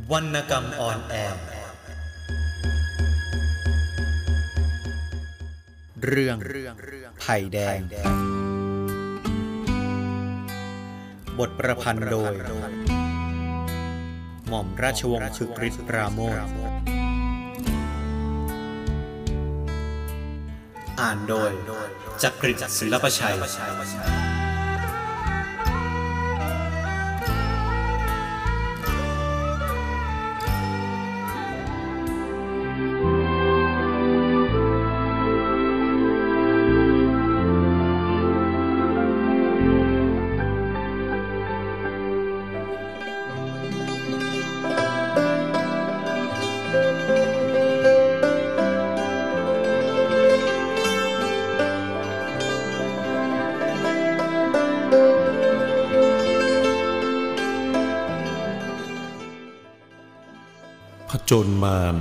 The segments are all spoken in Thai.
วรรณกรรมออนแอร์เรื่องไผ่แดงบทประพันธ์โดยหม่อมราชวงศ์คึกฤทธิ์ปราโมชอ่านโดยจักริดศิลปชัยผจญมาร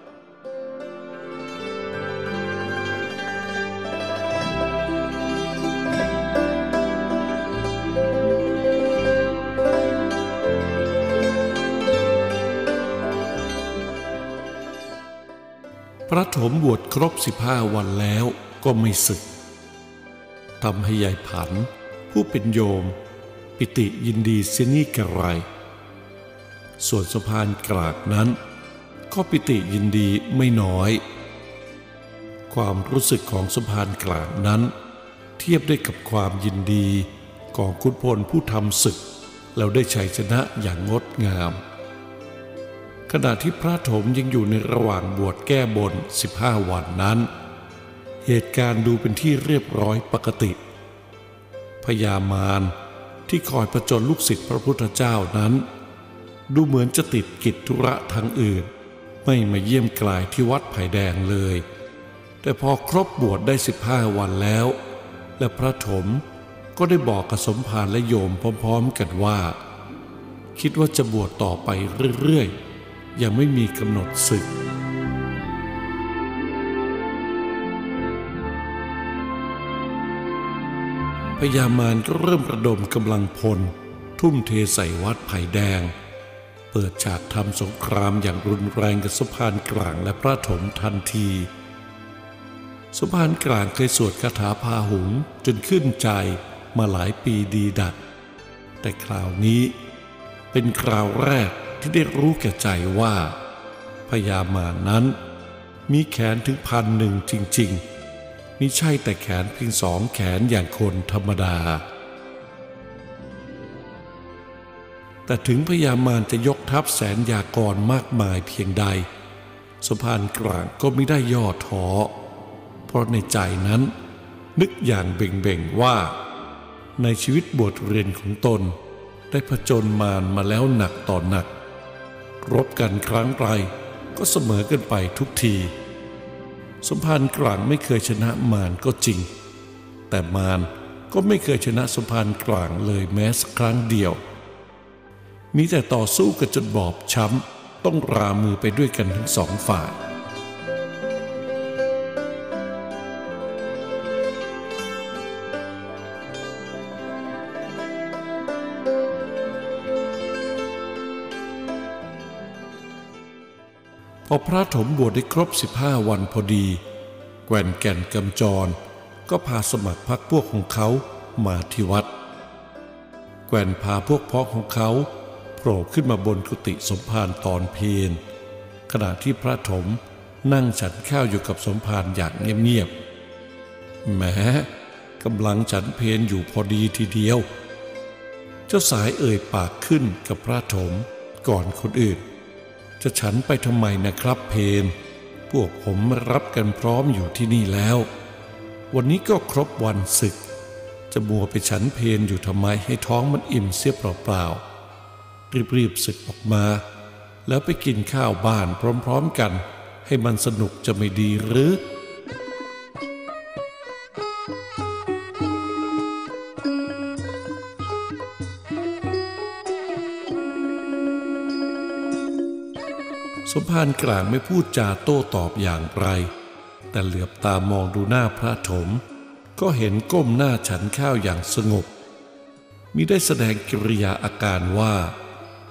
พระโถมบวชครบ15 วันแล้วก็ไม่สึกทำให้ยายผันผู้เป็นโยมปิติยินดีเสียนี่กระไรส่วนสะพานกลากนั้นก็ปิติยินดีไม่น้อยความรู้สึกของสะพานกลางนั้นเทียบได้กับความยินดีของขุนพลผู้ทำศึกแล้วได้ชัยชนะอย่างงดงามขณะที่พระโถมยังอยู่ในระหว่างบวชแก้บน15 วันนั้นเหตุการณ์ดูเป็นที่เรียบร้อยปกติพญามารที่คอยผจญลูกศิษย์พระพุทธเจ้านั้นดูเหมือนจะติดกิจธุระทางอื่นไม่มาเยี่ยมกลายที่วัดไผ่แดงเลยแต่พอครบบวชได้15 วันแล้วและพระโถมก็ได้บอกกับสมภารและโยมพร้อมๆกันว่าคิดว่าจะบวชต่อไปเรื่อยๆยังไม่มีกำหนดศึกพญามารก็เริ่มระดมกำลังพลทุ่มเทใส่วัดไผ่แดงเปิดฉากทำสงครามอย่างรุนแรงกับสมภารกลางและพระโถมทันทีสมภารกลางเคยสวดคาถาพาหุงจนขึ้นใจมาหลายปีดีดักแต่คราวนี้เป็นคราวแรกที่ได้รู้แก่ใจว่าพญามารนั้นมีแขนถึง1,000จริงๆมิใช่แต่แขนเพียง2 แขนอย่างคนธรรมดาแต่ถึงพญามารจะยกทัพแสนยากรมากมายเพียงใดสมภารกลางก็ไม่ได้ย่อท้อเพราะในใจนั้นนึกอย่างเบ่งๆว่าในชีวิตบวชเรียนของตนได้ผจญมารมาแล้วหนักต่อหนักรบกันครั้งไรก็เสมอกันไปทุกทีสมภารกลางไม่เคยชนะมารก็จริงแต่มารก็ไม่เคยชนะสมภารกลางเลยแม้สักครั้งเดียวมีแต่ต่อสู้กันจนบอบช้ำต้องรามือไปด้วยกันทั้ง2 ฝ่ายพอพระโถมบวชได้ครบ15 วันพอดีแก่นแก่นกำจรก็พาสมัครพรรคพวกของเขามาที่วัดแก่นพาพวกพ้องของเขาโผล่ขึ้นมาบนกุฏิสมภารตอนเพลขณะที่พระโถมนั่งฉันข้าวอยู่กับสมภารอย่างเงียบๆแม้กำลังฉันเพลอยู่พอดีทีเดียวเจ้าสายเอ่ยปากขึ้นกับพระโถมก่อนคนอื่นจะฉันไปทำไมนะครับเพลพวกผมรับกันพร้อมอยู่ที่นี่แล้ววันนี้ก็ครบวันศึกจะมัวไปฉันเพลอยู่ทำไมให้ท้องมันอิ่มเสียเปล่าๆรีบๆศึกออกมาแล้วไปกินข้าวบ้านพร้อมๆกันให้มันสนุกจะไม่ดีหรือสมภารกลางไม่พูดจาโต้ตอบอย่างไรแต่เหลือบตามองดูหน้าพระโถมก็เห็นก้มหน้าฉันข้าวอย่างสงบมิได้แสดงกิริยาอาการว่า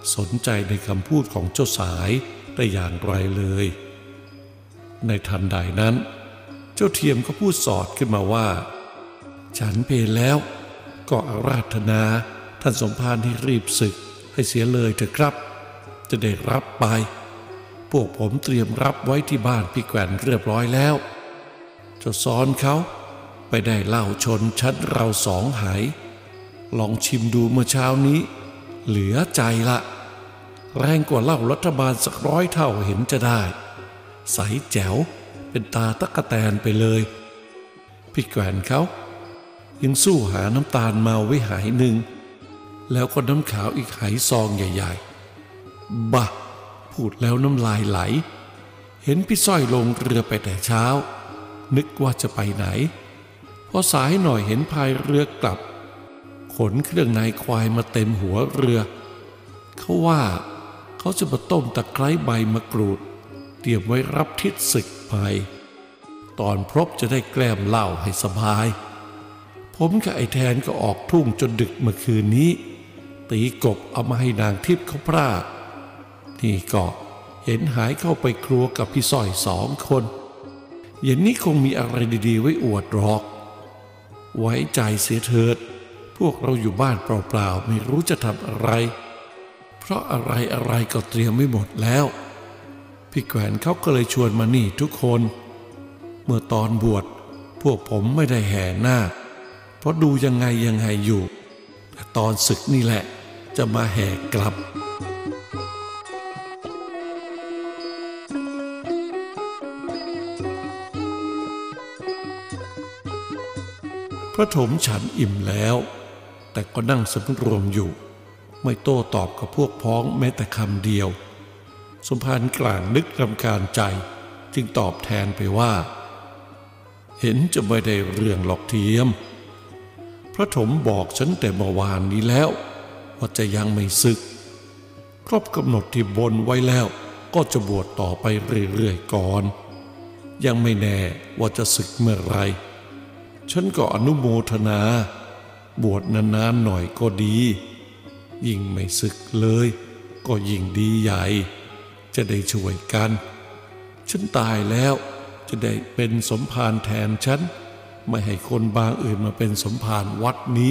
สนใจในคำพูดของเจ้าสายได้อย่างไรเลยในทันใดนั้นเจ้าเทียมก็พูดสอดขึ้นมาว่าฉันเพลแล้วก็อาราธนาท่านสมภารให้รีบศึกให้เสียเลยเถอะครับจะได้รับไปพวกผมเตรียมรับไว้ที่บ้านพี่แกว่นเรียบร้อยแล้วเจ้าซ้อนเขาไปได้เหล้าชนชั้นเราสองหายลองชิมดูเมื่อเช้านี้เหลือใจละแรงกว่าเหล้ารัฐบาลสัก100 เท่าเห็นจะได้ใสแจ๋วเป็นตาตะกะแตนไปเลยพี่แกว่นเขายังสู้หาน้ำตาลเมาไว้หายหนึ่งแล้วก็น้ำขาวอีกหายซองใหญ่ๆบ้าพูดแล้วน้ำลายไหลเห็นพี่สร้อยลงเรือไปแต่เช้านึกว่าจะไปไหนพอสายหน่อยเห็นพายเรือกลับขนเครื่องในควายมาเต็มหัวเรือเขาว่าเขาจะมาต้มตะไคร้ใบมะกรูดเตรียมไว้รับทิศศึกไปตอนพรบจะได้แกล้มเหล้าให้สบายผมกับไอ้แทนก็ออกทุ่งจนดึกเมื่อคืนนี้ตีกบเอามาให้นางทิพย์เขาพรากนี่ก็เห็นหายเข้าไปครัวกับพี่สร้อย2 คนเย็นนี้คงมีอะไรดีๆไว้อวดหรอกไว้ใจเสียเถิดพวกเราอยู่บ้านเปล่าๆไม่รู้จะทำอะไรเพราะอะไรก็เตรียมไม่หมดแล้วพี่แกว่นเขาก็เลยชวนมานี่ทุกคนเมื่อตอนบวชพวกผมไม่ได้แห่นาคเพราะดูยังไงอยู่แต่ตอนศึกนี่แหละจะมาแห่กลับพระถมฉันอิ่มแล้วแต่ก็นั่งสำรวมอยู่ไม่โต้ตอบกับพวกพ้องแม้แต่คำเดียวสมภารกลางนึกรำคาญใจจึงตอบแทนไปว่าเห็นจะไม่ได้เรื่องหรอกเทียมพระถมบอกฉันแต่เมื่อวานนี้แล้วว่าจะยังไม่ศึกครบกำหนดที่บนไว้แล้วก็จะบวชต่อไปเรื่อยๆก่อนยังไม่แน่ว่าจะศึกเมื่อไรฉันก็อนุโมทนาบวชนานๆหน่อยก็ดียิ่งไม่ศึกเลยก็ยิ่งดีใหญ่จะได้ช่วยกันฉันตายแล้วจะได้เป็นสมภารแทนฉันไม่ให้คนบางอื่นมาเป็นสมภารวัดนี้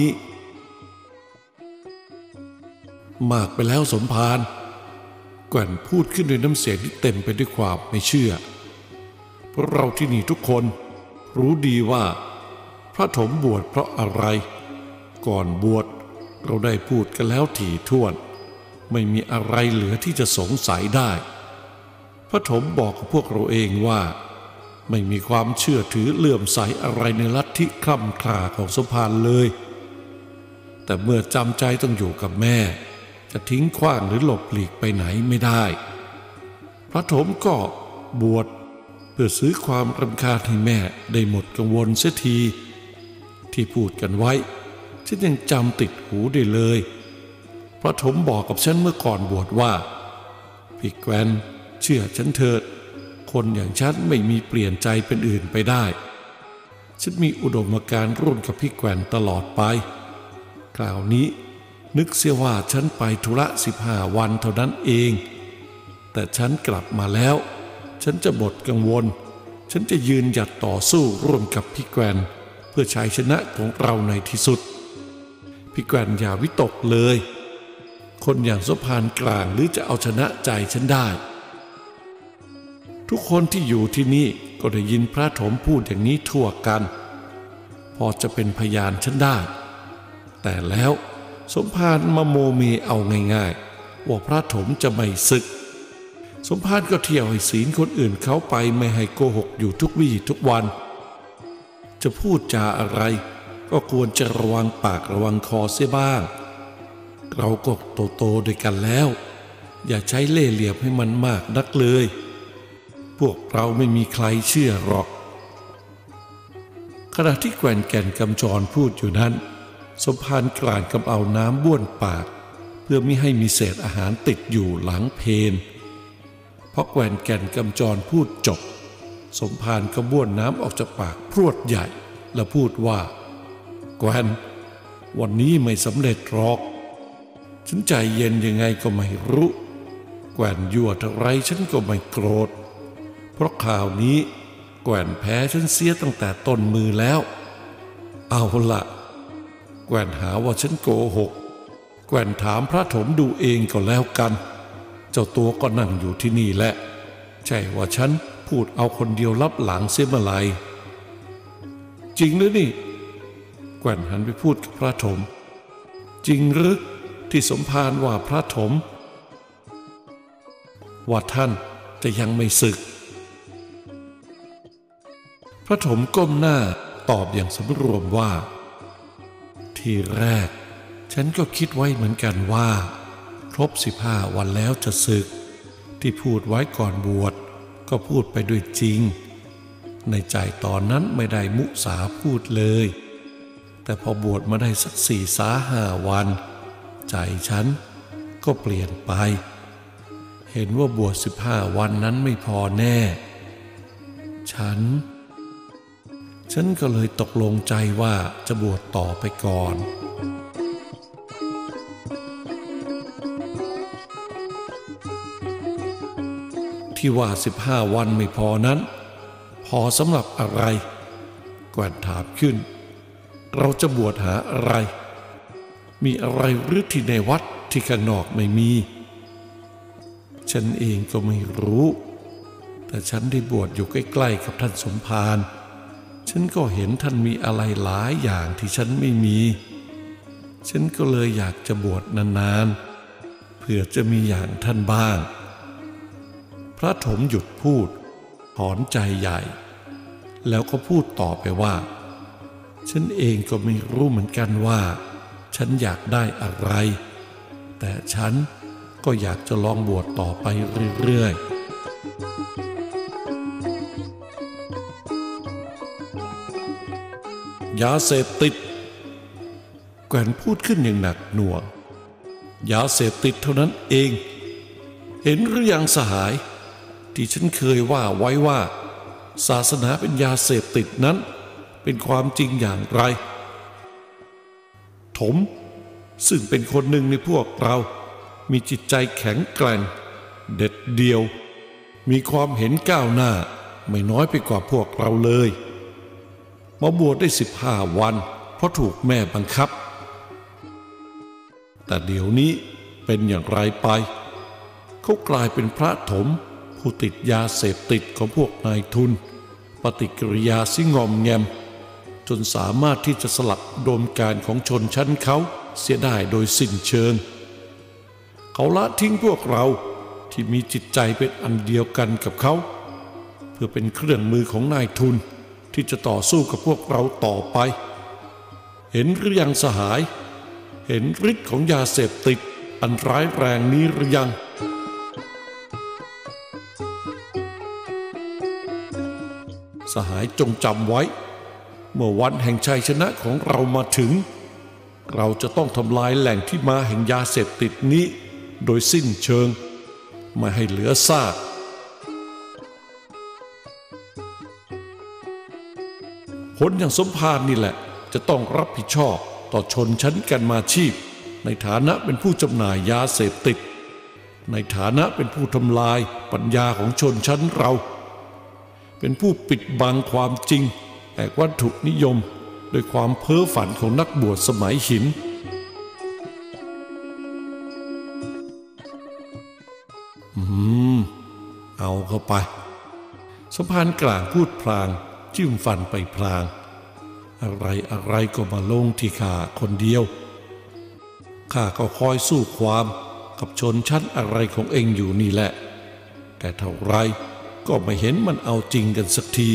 มากไปแล้วสมภารแกว่นพูดขึ้นด้วยน้ำเสียงที่เต็มไปด้วยความไม่เชื่อเพราะเราที่นี่ทุกคนรู้ดีว่าพระถมบวชเพราะอะไรก่อนบวชเราได้พูดกันแล้วถี่ถ้วนไม่มีอะไรเหลือที่จะสงสัยได้พระถมบอกกับพวกเราเองว่าไม่มีความเชื่อถือเลื่อมใสอะไรในลัทธิคล่ำคลาของสมภารเลยแต่เมื่อจำใจต้องอยู่กับแม่จะทิ้งขว้างหรือหลบหลีกไปไหนไม่ได้พระถมก็บวชเพื่อซื้อความรำคาญให้แม่ได้หมดกังวลเสียทีที่พูดกันไว้ฉันยังจำติดหูได้เลยพระถมบอกกับฉันเมื่อก่อนบวชว่าพี่แกว่นเชื่อฉันเถิดคนอย่างฉันไม่มีเปลี่ยนใจเป็นอื่นไปได้ฉันมีอุดมการณ์ร่วมกับพี่แกว่นตลอดไปคราวนี้นึกเสียว่าฉันไปธุระ15 วันเท่านั้นเองแต่ฉันกลับมาแล้วฉันจะหมดกังวลฉันจะยืนหยัดต่อสู้ร่วมกับพี่แกว่นเพื่อชัยชนะของเราในที่สุดพี่แกว่นอย่าวิตกเลยคนอย่างสมภารกลางหรือจะเอาชนะใจฉันได้ทุกคนที่อยู่ที่นี่ก็ได้ยินพระถมพูดอย่างนี้ทั่วกันพอจะเป็นพยานฉันได้แต่แล้วสมภารมาโมเมเอาง่ายๆว่าพระถมจะไม่ศึกสมภารก็เที่ยวให้ศีลคนอื่นเขาไปไม่ให้โกหกอยู่ทุกวี่ทุกวันจะพูดจาอะไรก็ควรจะระวังปากระวังคอเสียบ้างเราก็โตด้วยกันแล้วอย่าใช้เล่ห์เหลี่ยมให้มันมากนักเลยพวกเราไม่มีใครเชื่อหรอกขณะที่แกว่นแก่นกำจรพูดอยู่นั้นสมภารกลางกำเอาน้ำบ้วนปากเพื่อไม่ให้มีเศษอาหารติดอยู่หลังเพลพอแกว่นแก่นกำจรพูดจบสมภารก็บ้วนน้ำออกจากปากพรวดใหญ่แล้วพูดว่าแกว่นวันนี้ไม่สำเร็จหรอกฉันใจเย็นยังไงก็ไม่รู้แกว่นยั่วอะไรฉันก็ไม่โกรธเพราะข่าวนี้แกว่นแพ้ฉันเสียตั้งแต่ต้นมือแล้วเอาละแกว่นหาว่าฉันโกหกแกว่นถามพระถมดูเองก็แล้วกันเจ้าตัวก็นั่งอยู่ที่นี่แหละใช่ว่าฉันพูดเอาคนเดียวลับหลังเสียเมื่อไหร่จริงหรือนี่แกว่นหันไปพูดกับพระถมจริงหรือที่สมภารว่าพระถมว่าท่านจะยังไม่สึกพระถมก้มหน้าตอบอย่างสำรวมว่าทีแรกฉันก็คิดไว้เหมือนกันว่าครบ15 วันแล้วจะสึกที่พูดไว้ก่อนบวชก็พูดไปด้วยจริงในใจตอนนั้นไม่ได้มุสาพูดเลยแต่พอบวชมาได้สัก4-5 วันใจฉันก็เปลี่ยนไปเห็นว่าบวช15 วันนั้นไม่พอแน่ฉันก็เลยตกลงใจว่าจะบวชต่อไปก่อนที่ว่า15 วันไม่พอนั้นพอสำหรับอะไรแกว่นถามขึ้นเราจะบวชหาอะไรมีอะไรหรือที่ในวัดที่ข้างนอกไม่มีฉันเองก็ไม่รู้แต่ฉันได้บวชอยู่ใกล้ๆกับท่านสมภารฉันก็เห็นท่านมีอะไรหลายอย่างที่ฉันไม่มีฉันก็เลยอยากจะบวชนานๆเพื่อจะมีอย่างท่านบ้างพระถมหยุดพูดถอนใจใหญ่แล้วก็พูดต่อไปว่าฉันเองก็ไม่รู้เหมือนกันว่าฉันอยากได้อะไรแต่ฉันก็อยากจะลองบวชต่อไปเรื่อยๆยาเสพติดแกว่นพูดขึ้นอย่างหนักหน่วงยาเสพติดเท่านั้นเองเห็นหรือยังสหายที่ฉันเคยว่าไว้ว่าศาสนาเป็นยาเสพติดนั้นเป็นความจริงอย่างไรถมซึ่งเป็นคนหนึ่งในพวกเรามีจิตใจแข็งแกร่งเด็ดเดี่ยวมีความเห็นก้าวหน้าไม่น้อยไปกว่าพวกเราเลยมาบวชได้15 วันเพราะถูกแม่บังคับแต่เดี๋ยวนี้เป็นอย่างไรไปเขากลายเป็นพระถมผู้ติดยาเสพติดของพวกนายทุนปฏิกิริยาซิงอมแงมจนสามารถที่จะสลัดอุดมการณ์ของชนชั้นเขาเสียได้โดยสิ้นเชิงเขาละทิ้งพวกเราที่มีจิตใจเป็นอันเดียวกันกับเขาเพื่อเป็นเครื่องมือของนายทุนที่จะต่อสู้กับพวกเราต่อไปเห็นหรือยังสหายเห็นฤทธิ์ของยาเสพติดอันร้ายแรงนี้หรือยังสหายจงจำไว้เมื่อวันแห่งชัยชนะของเรามาถึงเราจะต้องทำลายแหล่งที่มาแห่งยาเสพติดนี้โดยสิ้นเชิงไม่ให้เหลือซากคนอย่างสมภารนี่แหละจะต้องรับผิดชอบต่อชนชั้นกันมาชีพในฐานะเป็นผู้จำหน่ายยาเสพติดในฐานะเป็นผู้ทำลายปัญญาของชนชั้นเราเป็นผู้ปิดบังความจริงแอกวัตถุนิยมโดยความเพ้อฝันของนักบวชสมัยหินเอาเข้าไปสมภารกลางพูดพลางจิ้มฟันไปพลางอะไรก็มาลงที่ข้าคนเดียวข้าก็คอยสู้ความกับชนชั้นอะไรของเองอยู่นี่แหละแต่เท่าไรก็ไม่เห็นมันเอาจริงกันสักที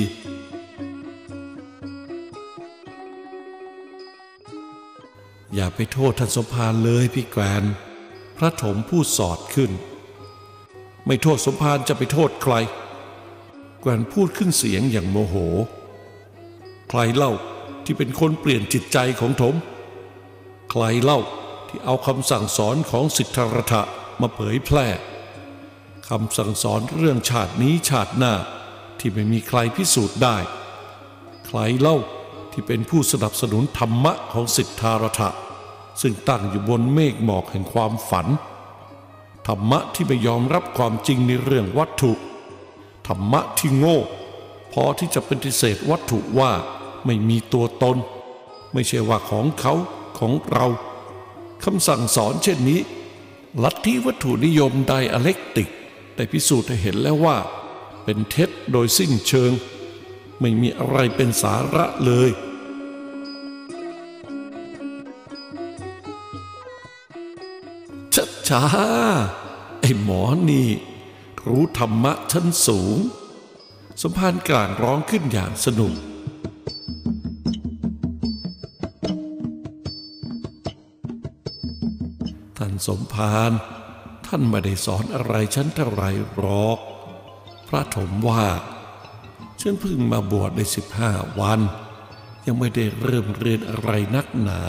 อย่าไปโทษท่านสมภารเลยพี่แกรนพระถมพูดสอดขึ้นไม่โทษสมภารจะไปโทษใครแกรนพูดขึ้นเสียงอย่างโมโหใครเล่าที่เป็นคนเปลี่ยนจิตใจของถมใครเล่าที่เอาคำสั่งสอนของสิทธัตถะมาเผยแพร่คำสั่งสอนเรื่องชาตินี้ชาติหน้าที่ไม่มีใครพิสูจน์ได้ใครเล่าที่เป็นผู้สนับสนุนธรรมะของสิทธัตถะซึ่งตั้งอยู่บนเมฆหมอกแห่งความฝันธรรมะที่ไม่ยอมรับความจริงในเรื่องวัตถุธรรมะที่โง่พอที่จะปฏิเสธวัตถุว่าไม่มีตัวตนไม่ใช่ว่าของเขาของเราคำสั่งสอนเช่นนี้ลัทธิวัตถุนิยมไดอะเล็กติกได้พิสูจน์ให้เห็นแล้วว่าเป็นเท็จโดยสิ้นเชิงไม่มีอะไรเป็นสาระเลยช้าไอ้หมอนี่รู้ธรรมะชั้นสูงสมภารกลางร้องขึ้นอย่างสนุกท่านสมภารท่านไม่ได้สอนอะไรฉันเท่าไรหรอกพระถมว่าฉันเพิ่งมาบวชได้15 วันยังไม่ได้เริ่มเรียนอะไรนักหนา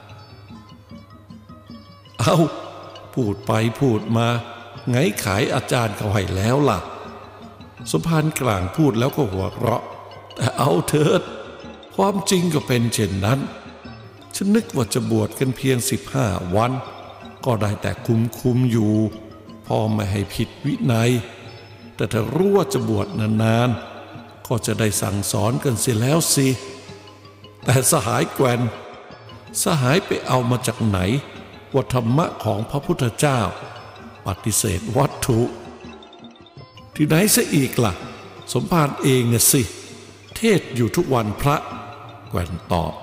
เอาพูดไปพูดมาไงขายอาจารย์เขาให้แล้วล่ะสมภารกลางพูดแล้วก็หัวเราะแต่เอาเถิดความจริงก็เป็นเช่นนั้นฉันนึกว่าจะบวชกันเพียง15 วันก็ได้แต่คุมอยู่พอไม่ให้ผิดวินัยแต่ถ้ารู้ว่าจะบวชนานๆก็จะได้สั่งสอนกันเสียแล้วสิแต่สหายแกวนสหายไปเอามาจากไหนว่าธรรมะของพระพุทธเจ้าปฏิเสธวัตถุที่ไหนซะอีกล่ะสมภารเองน่ะสิเทศอยู่ทุกวันพระแกวนตอบ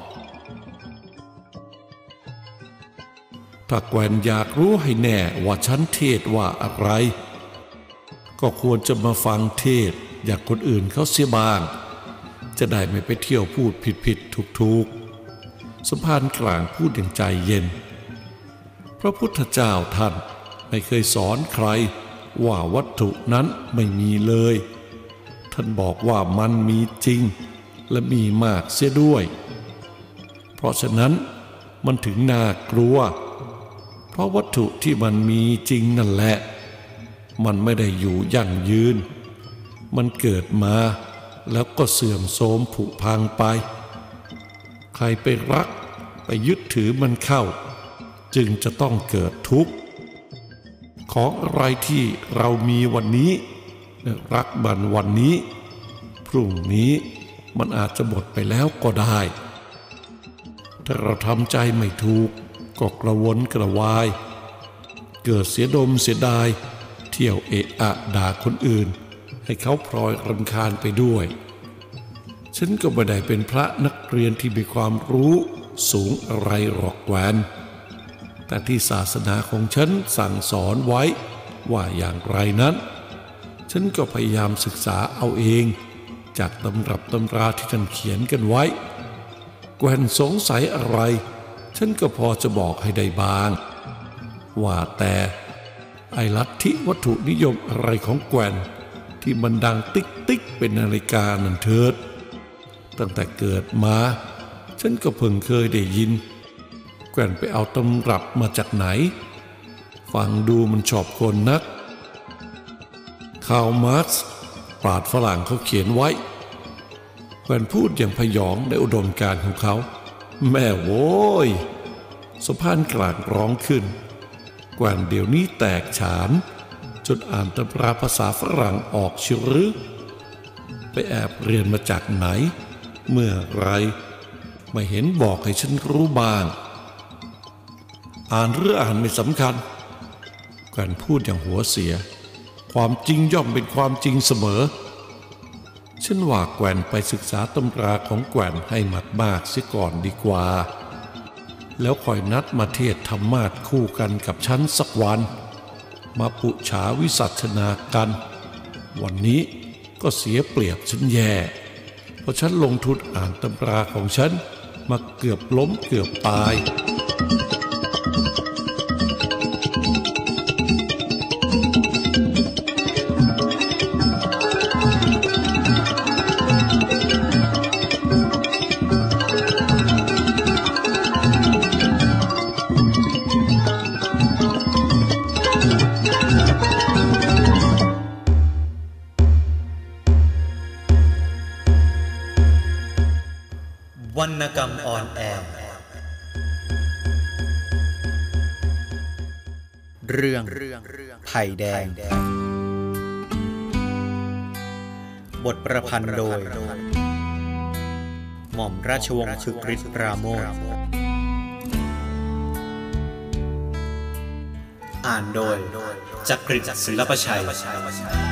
ถ้าแกวนอยากรู้ให้แน่ว่าฉันเทศว่าอะไรก็ควรจะมาฟังเทศอยากคนอื่นเขาเสียบ้างจะได้ไม่ไปเที่ยวพูดผิดถูกสมภารกลางพูดอย่างใจเย็นพระพุทธเจ้าท่านไม่เคยสอนใครว่าวัตถุนั้นไม่มีเลยท่านบอกว่ามันมีจริงและมีมากเสียด้วยเพราะฉะนั้นมันถึงน่ากลัวเพราะวัตถุที่มันมีจริงนั่นแหละมันไม่ได้อยู่ยั่งยืนมันเกิดมาแล้วก็เสื่อมโทรมผุพังไปใครไปรักไปยึดถือมันเข้าจึงจะต้องเกิดทุกข์ของอะไรที่เรามีวันนี้รักมันวันนี้พรุ่งนี้มันอาจจะหมดไปแล้วก็ได้ถ้าเราทำใจไม่ถูกก็กระวนกระวายเกิดเสียดมเสียดายเที่ยวเอะอะด่าคนอื่นให้เขาพลอยรำคาญไปด้วยฉันก็ไม่ได้เป็นพระนักเรียนที่มีความรู้สูงอะไรหรอกแกวนแต่ที่ศาสนาของฉันสั่งสอนไว้ว่าอย่างไรนั้นฉันก็พยายามศึกษาเอาเองจากตำรับตำราที่ท่านเขียนกันไว้แกวนสงสัยอะไรฉันก็พอจะบอกให้ได้บ้างว่าแต่ไอ้ลัทธิวัตถุนิยมอะไรของแกวนที่มันดังติ๊กติ๊กเป็นนาฬิกานั่นเถิดตั้งแต่เกิดมาฉันก็เพิ่งเคยได้ยินแกวนไปเอาตำรับมาจากไหนฟังดูมันชอบคนนักคาร์ล มาร์กซ์ปราชญ์ฝรั่งเขาเขียนไว้แกวนพูดอย่างพยองในอุดมการณ์ของเขาแม่โว้ยสมภารกลางร้องขึ้นแกวนเดี๋ยวนี้แตกฉานจนอ่านตำราภาษาฝรั่งออกเชียวหรือไปแอบเรียนมาจากไหนเมื่อไรไม่เห็นบอกให้ฉันรู้บ้างอ่านหรืออ่านไม่สำคัญแกวนพูดอย่างหัวเสียความจริงย่อมเป็นความจริงเสมอฉันว่าแกวนไปศึกษาตำราของแกวนให้มากๆเสียก่อนดีกว่าแล้วคอยนัดมาเทศธรรมาสน์คู่กันกับฉันสักวันมาปุฉาวิสัชนากันวันนี้ก็เสียเปรียบฉันแย่เพราะฉันลงทุนอ่านตำราของฉันมาเกือบล้มเกือบตายวรรณกรรมออนแอร์เรื่องไผ่แดงบทประพันธ์โดยหม่อมราชวงศ์คึกฤทธิ์ปราโมชอ่านโดยจักริดศิลปชัย